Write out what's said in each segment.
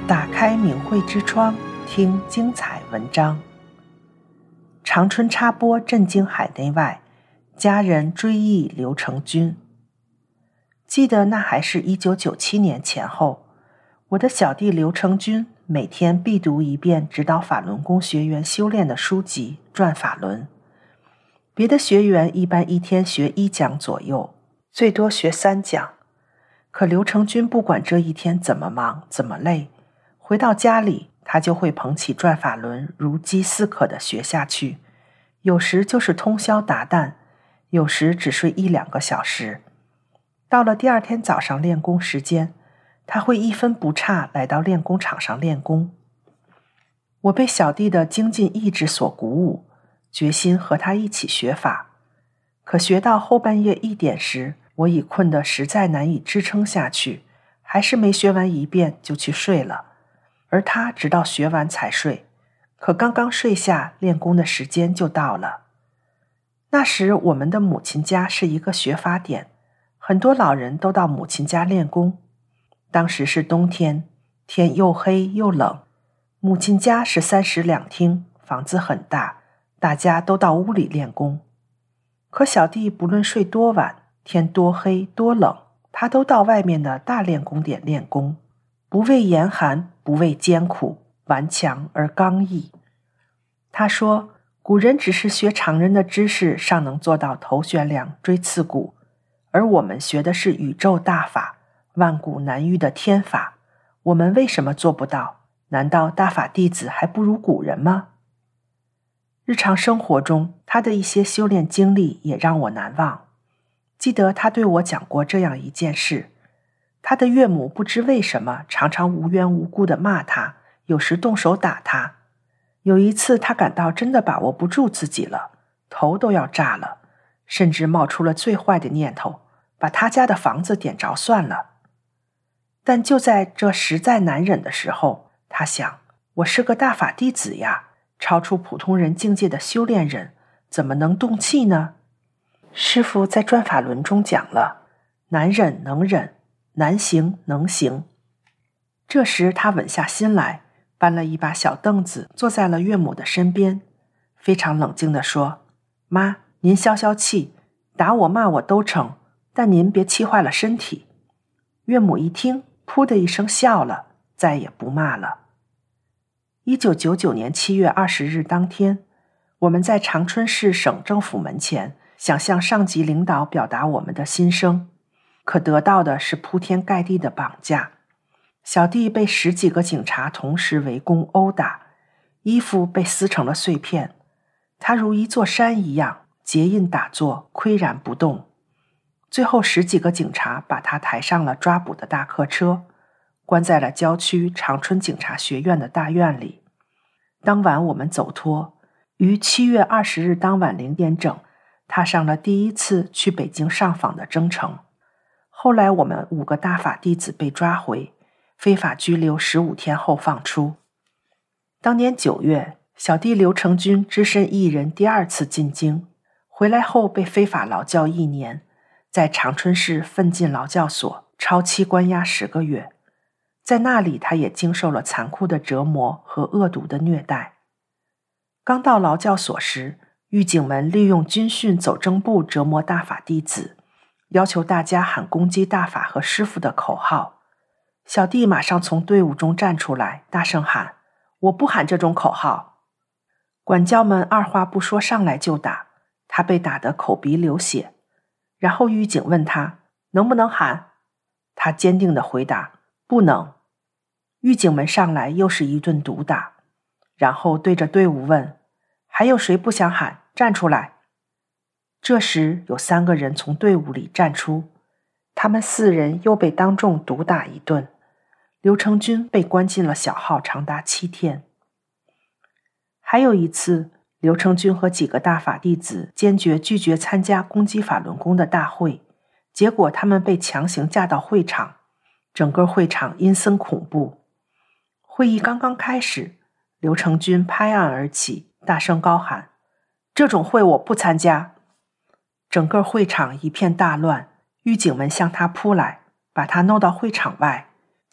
打开明慧之窗，听精彩文章。长春插播震惊海内外，家人追忆刘成军。记得那还是1997年前后，我的小弟刘成军每天必读一遍指导法轮功学员修炼的书籍《转法轮》。别的学员一般一天学1讲左右，最多学3讲。可刘成军不管这一天怎么忙怎么累，回到家里他就会捧起转法轮如饥似渴地学下去，有时就是通宵达旦，有时只睡1-2个小时。到了第二天早上练功时间，他会1分不差来到练功场上练功。我被小弟的精进意志所鼓舞，决心和他一起学法。可学到后半夜1点时，我已困得实在难以支撑下去，还是没学完一遍就去睡了。而他直到学完才睡，可刚刚睡下，练功的时间就到了。那时我们的母亲家是一个学法点，很多老人都到母亲家练功。当时是冬天，天又黑又冷，母亲家是3室2厅，房子很大，大家都到屋里练功。可小弟不论睡多晚，天多黑多冷，他都到外面的大练功点练功，不畏严寒，不畏艰苦，顽强而刚毅。他说，古人只是学常人的知识，尚能做到头悬梁锥刺股，而我们学的是宇宙大法，万古难遇的天法，我们为什么做不到？难道大法弟子还不如古人吗？日常生活中，他的一些修炼经历也让我难忘。记得他对我讲过这样一件事，他的岳母不知为什么常常无缘无故地骂他，有时动手打他。有一次他感到真的把握不住自己了，头都要炸了，甚至冒出了最坏的念头，把他家的房子点着算了。但就在这实在难忍的时候，他想，我是个大法弟子呀，超出普通人境界的修炼人，怎么能动气呢？师父在转法轮中讲了，难忍能忍，难行能行。这时他稳下心来，搬了一把小凳子坐在了岳母的身边，非常冷静地说，妈，您消消气，打我骂我都成，但您别气坏了身体。岳母一听，噗的一声笑了，再也不骂了。1999年7月20日当天，我们在长春市省政府门前想向上级领导表达我们的心声，可得到的是铺天盖地的绑架。小弟被10几个警察同时围攻殴打，衣服被撕成了碎片，他如一座山一样结印打坐，岿然不动。最后10几个警察把他抬上了抓捕的大客车，关在了郊区长春警察学院的大院里。当晚我们走脱，于7月20日当晚0点整踏上了第一次去北京上访的征程。后来我们5个大法弟子被抓回，非法拘留15天后放出。当年9月，小弟刘成军只身一人第2次进京，回来后被非法劳教1年，在长春市奋进劳教所超期关押10个月。在那里他也经受了残酷的折磨和恶毒的虐待。刚到劳教所时，狱警们利用军训走正步折磨大法弟子，要求大家喊攻击大法和师父的口号。小弟马上从队伍中站出来，大声喊，我不喊这种口号。管教们二话不说上来就打，他被打得口鼻流血。然后狱警问他能不能喊，他坚定地回答不能。狱警们上来又是一顿毒打，然后对着队伍问，还有谁不想喊，站出来。这时有3个人从队伍里站出，他们4人又被当众毒打一顿。刘成军被关进了小号长达7天。还有一次，刘成军和几个大法弟子坚决拒绝参加攻击法轮功的大会，结果他们被强行架到会场，整个会场阴森恐怖。会议刚刚开始，刘成军拍案而起，大声高喊，这种会我不参加。整个会场一片大乱，狱警们向他扑来，把他弄到会场外，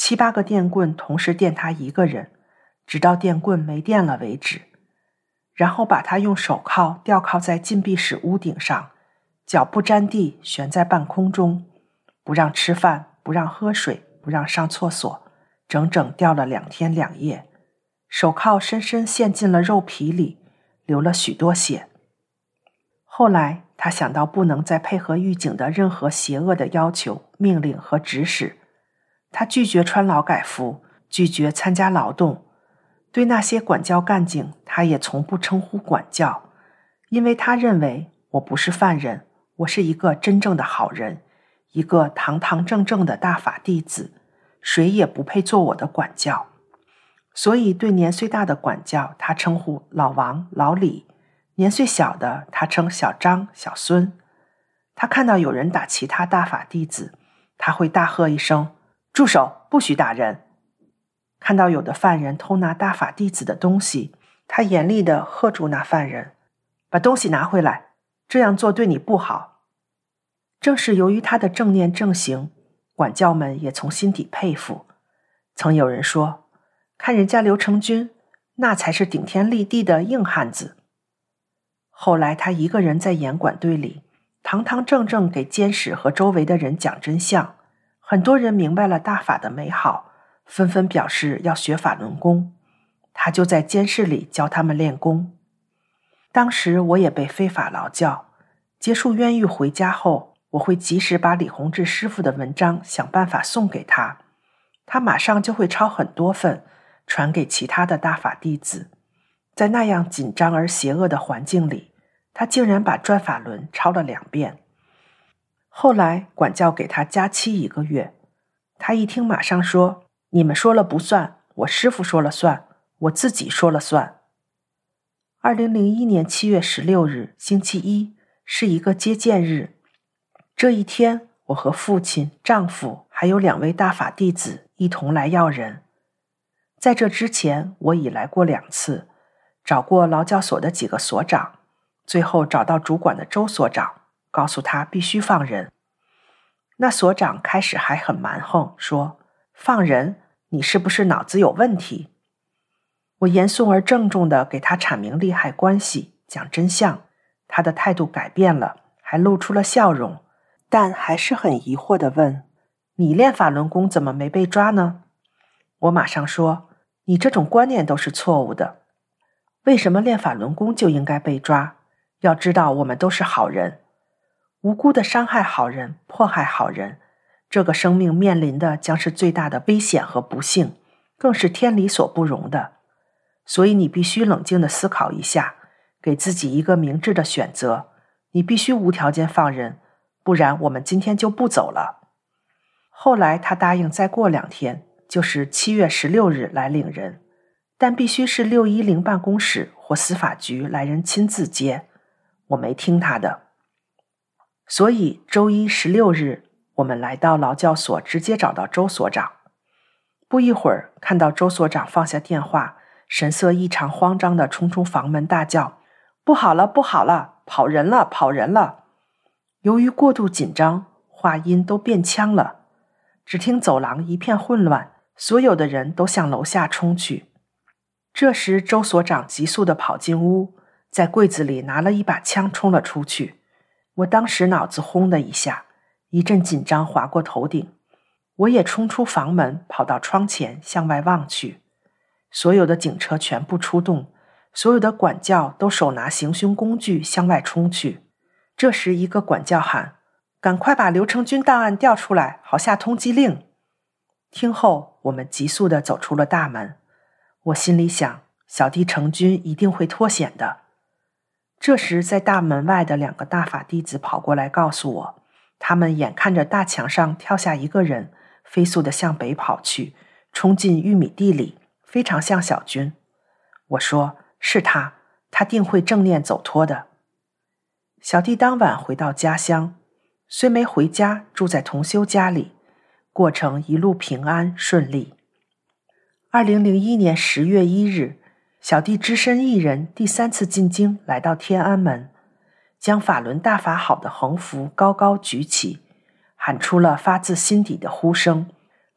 7、8个电棍同时电他一个人，直到电棍没电了为止，然后把他用手铐吊靠在禁闭室屋顶上，脚不沾地悬在半空中，不让吃饭，不让喝水，不让上厕所，整整吊了2天2夜，手铐深深陷进了肉皮里，流了许多血。后来他想到不能再配合狱警的任何邪恶的要求、命令和指使，他拒绝穿劳改服，拒绝参加劳动。对那些管教干警，他也从不称呼管教，因为他认为我不是犯人，我是一个真正的好人，一个堂堂正正的大法弟子，谁也不配做我的管教。所以对年岁大的管教，他称呼老王、老李；年岁小的，他称小张、小孙。他看到有人打其他大法弟子，他会大喝一声：“住手，不许打人！”看到有的犯人偷拿大法弟子的东西，他严厉地喝住那犯人：“把东西拿回来，这样做对你不好。”正是由于他的正念正行，管教们也从心底佩服。曾有人说：“看人家刘成军，那才是顶天立地的硬汉子。”后来他一个人在严管队里，堂堂正正给监室和周围的人讲真相，很多人明白了大法的美好，纷纷表示要学法轮功，他就在监室里教他们练功。当时我也被非法劳教，结束冤狱回家后，我会及时把李洪志师傅的文章想办法送给他，他马上就会抄很多份，传给其他的大法弟子。在那样紧张而邪恶的环境里，他竟然把转法轮抄了2遍。后来管教给他加期1个月，他一听马上说：“你们说了不算，我师父说了算，我自己说了算。”2001年7月16日，星期一，是一个接见日。这一天，我和父亲、丈夫还有2位大法弟子一同来要人。在这之前，我已来过2次，找过劳教所的几个所长，最后找到主管的周所长，告诉他必须放人。那所长开始还很蛮横，说：“放人？你是不是脑子有问题？”我严肃而郑重地给他阐明利害关系，讲真相，他的态度改变了，还露出了笑容，但还是很疑惑地问：“你练法轮功怎么没被抓呢？”我马上说：“你这种观念都是错误的。为什么练法轮功就应该被抓？要知道我们都是好人，无辜的伤害好人，迫害好人，这个生命面临的将是最大的危险和不幸，更是天理所不容的。所以你必须冷静地思考一下，给自己一个明智的选择，你必须无条件放人，不然我们今天就不走了。”后来他答应再过2天，就是7月16日来领人，但必须是610办公室或司法局来人亲自接。我没听他的。所以周一16日，我们来到劳教所，直接找到周所长。不一会儿，看到周所长放下电话，神色异常慌张地冲出房门，大叫：“不好了，不好了，跑人了，跑人了！”由于过度紧张，话音都变呛了，只听走廊一片混乱，所有的人都向楼下冲去。这时周所长急速地跑进屋，在柜子里拿了一把枪冲了出去。我当时脑子轰的一下，一阵紧张划过头顶，我也冲出房门，跑到窗前向外望去。所有的警车全部出动，所有的管教都手拿行凶工具向外冲去。这时一个管教喊：“赶快把刘成军档案调出来，好下通缉令！”听后，我们急速地走出了大门。我心里想，小弟成军一定会脱险的。这时在大门外的2个大法弟子跑过来告诉我，他们眼看着大墙上跳下一个人，飞速地向北跑去，冲进玉米地里，非常像小军。我说：“是他，他定会正念走脱的。”小弟当晚回到家乡，虽没回家，住在同修家里，过程一路平安顺利。2001年10月1日，小弟只身一人第3次进京，来到天安门，将法轮大法好的横幅高高举起，喊出了发自心底的呼声：“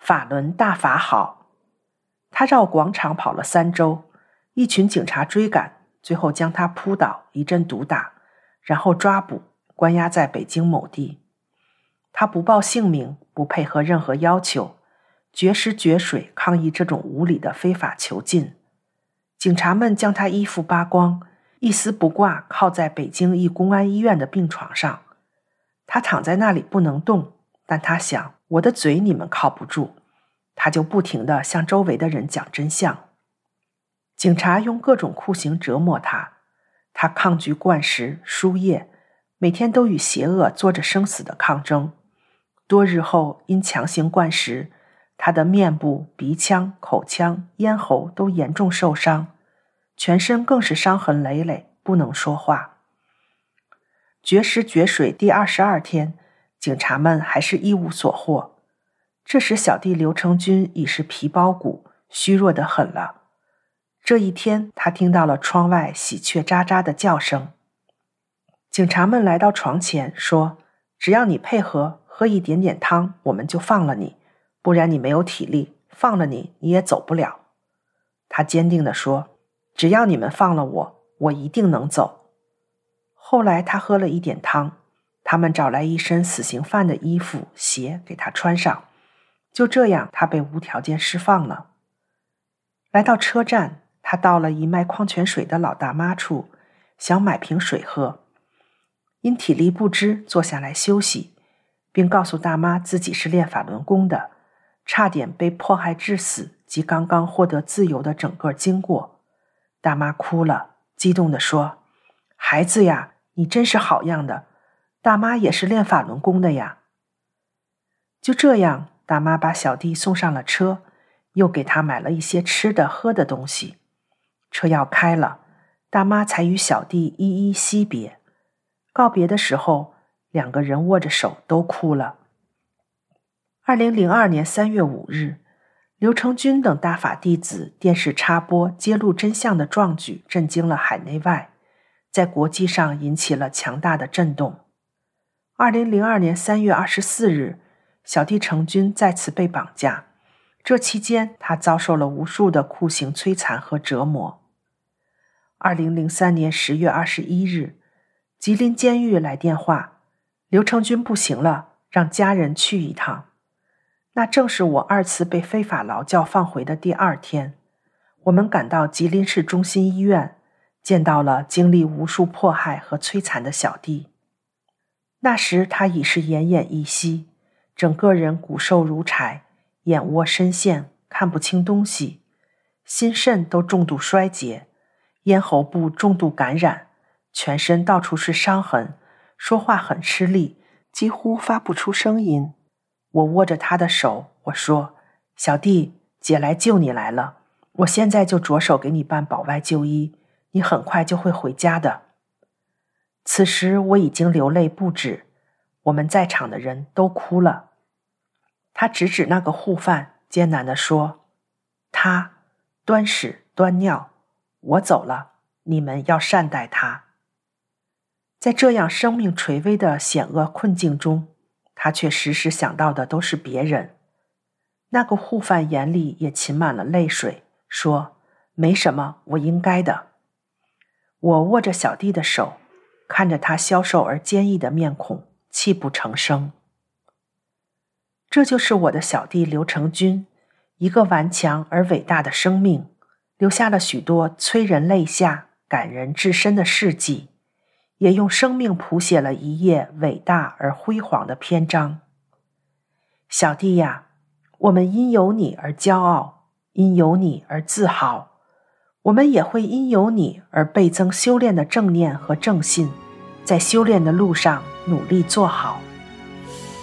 法轮大法好。他绕广场跑了3周，一群警察追赶，最后将他扑倒，一阵毒打，然后抓捕，关押在北京某地。他不报姓名，不配合任何要求，绝食绝水抗议这种无理的非法囚禁。警察们将他衣服扒光，一丝不挂靠在北京一公安医院的病床上。他躺在那里不能动，但他想，我的嘴你们靠不住，他就不停地向周围的人讲真相。警察用各种酷刑折磨他，他抗拒灌食、输液，每天都与邪恶做着生死的抗争。多日后，因强行灌食，他的面部、鼻腔、口腔、咽喉都严重受伤，全身更是伤痕累累，不能说话。绝食绝水第22天，警察们还是一无所获。这时小弟刘成军已是皮包骨，虚弱得很了。这一天，他听到了窗外喜鹊喳喳的叫声。警察们来到床前说，只要你配合喝一点点汤，我们就放了你，不然你没有体力，放了你，你也走不了。他坚定地说，只要你们放了我，我一定能走。后来他喝了一点汤，他们找来一身死刑犯的衣服、鞋给他穿上，就这样他被无条件释放了。来到车站，他到了一卖矿泉水的老大妈处，想买瓶水喝。因体力不支，坐下来休息，并告诉大妈自己是练法轮功的，差点被迫害致死及刚刚获得自由的整个经过。大妈哭了，激动地说，孩子呀，你真是好样的，大妈也是练法轮功的呀。就这样，大妈把小弟送上了车，又给他买了一些吃的喝的东西。车要开了，大妈才与小弟一一惜别。告别的时候，2个人握着手都哭了。2002年3月5日，刘成军等大法弟子电视插播揭露真相的壮举震惊了海内外，在国际上引起了强大的震动。2002年3月24日，小弟成军再次被绑架，这期间他遭受了无数的酷刑摧残和折磨。2003年10月21日，吉林监狱来电话，刘成军不行了，让家人去一趟。那正是我2次被非法劳教放回的第2天，我们赶到吉林市中心医院，见到了经历无数迫害和摧残的小弟。那时他已是奄奄一息，整个人骨瘦如柴，眼窝深陷，看不清东西，心肾都重度衰竭，咽喉部重度感染，全身到处是伤痕，说话很吃力，几乎发不出声音。我握着他的手，我说，小弟，姐来救你来了，我现在就着手给你办保外就医，你很快就会回家的。此时我已经流泪不止，我们在场的人都哭了。他指指那个护犯，艰难地说，他端屎端尿，我走了，你们要善待他。在这样生命垂危的险恶困境中，他却时时想到的都是别人。那个护犯眼里也噙满了泪水，说，没什么，我应该的。我握着小弟的手，看着他消瘦而坚毅的面孔，泣不成声。这就是我的小弟刘成军，一个顽强而伟大的生命，留下了许多催人泪下、感人至深的事迹，也用生命谱写了一页伟大而辉煌的篇章。小弟呀，我们因有你而骄傲，因有你而自豪，我们也会因有你而倍增修炼的正念和正信，在修炼的路上努力做好。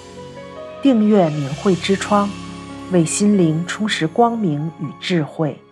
订阅明慧之窗，为心灵充实光明与智慧。